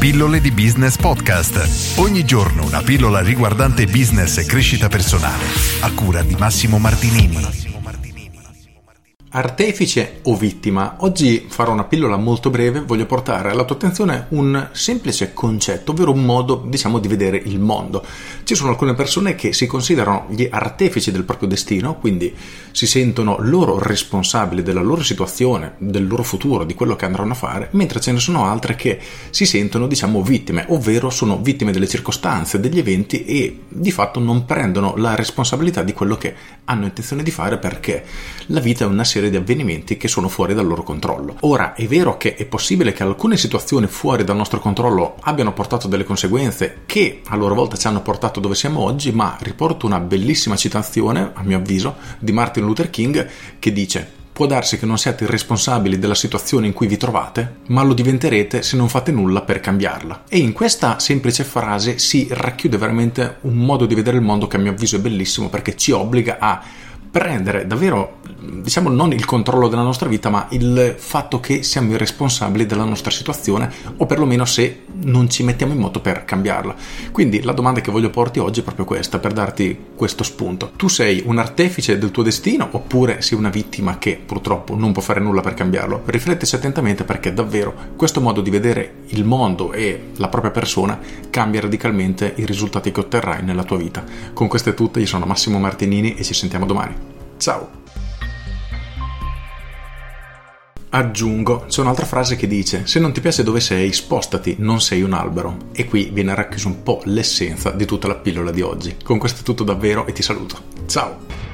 Pillole di Business Podcast. Ogni giorno una pillola riguardante business e crescita personale. A cura di Massimo Martinini. Artefice o vittima? Oggi farò una pillola molto breve, voglio portare alla tua attenzione un semplice concetto, ovvero un modo, di vedere il mondo. Ci sono alcune persone che si considerano gli artefici del proprio destino, quindi si sentono loro responsabili della loro situazione, del loro futuro, di quello che andranno a fare, mentre ce ne sono altre che si sentono, vittime, ovvero sono vittime delle circostanze, degli eventi e di fatto non prendono la responsabilità di quello che hanno intenzione di fare perché la vita è una serie di avvenimenti che sono fuori dal loro controllo. Ora, è vero che è possibile che alcune situazioni fuori dal nostro controllo abbiano portato delle conseguenze che a loro volta ci hanno portato dove siamo oggi, ma riporto una bellissima citazione, a mio avviso, di Martin Luther King che dice: può darsi che non siate responsabili della situazione in cui vi trovate, ma lo diventerete se non fate nulla per cambiarla. E in questa semplice frase si racchiude veramente un modo di vedere il mondo che a mio avviso è bellissimo, perché ci obbliga a prendere davvero, non il controllo della nostra vita, ma il fatto che siamo i responsabili della nostra situazione, o perlomeno se non ci mettiamo in moto per cambiarla. Quindi la domanda che voglio porti oggi è proprio questa, per darti questo spunto. Tu sei un artefice del tuo destino oppure sei una vittima che purtroppo non può fare nulla per cambiarlo? Riflettici attentamente, perché davvero questo modo di vedere il mondo e la propria persona cambia radicalmente i risultati che otterrai nella tua vita. Con questo è tutto, io sono Massimo Martinini e ci sentiamo domani. Ciao! Aggiungo, c'è un'altra frase che dice: se non ti piace dove sei, spostati, non sei un albero. E qui viene racchiuso un po' l'essenza di tutta la pillola di oggi. Con questo è tutto davvero e ti saluto. Ciao!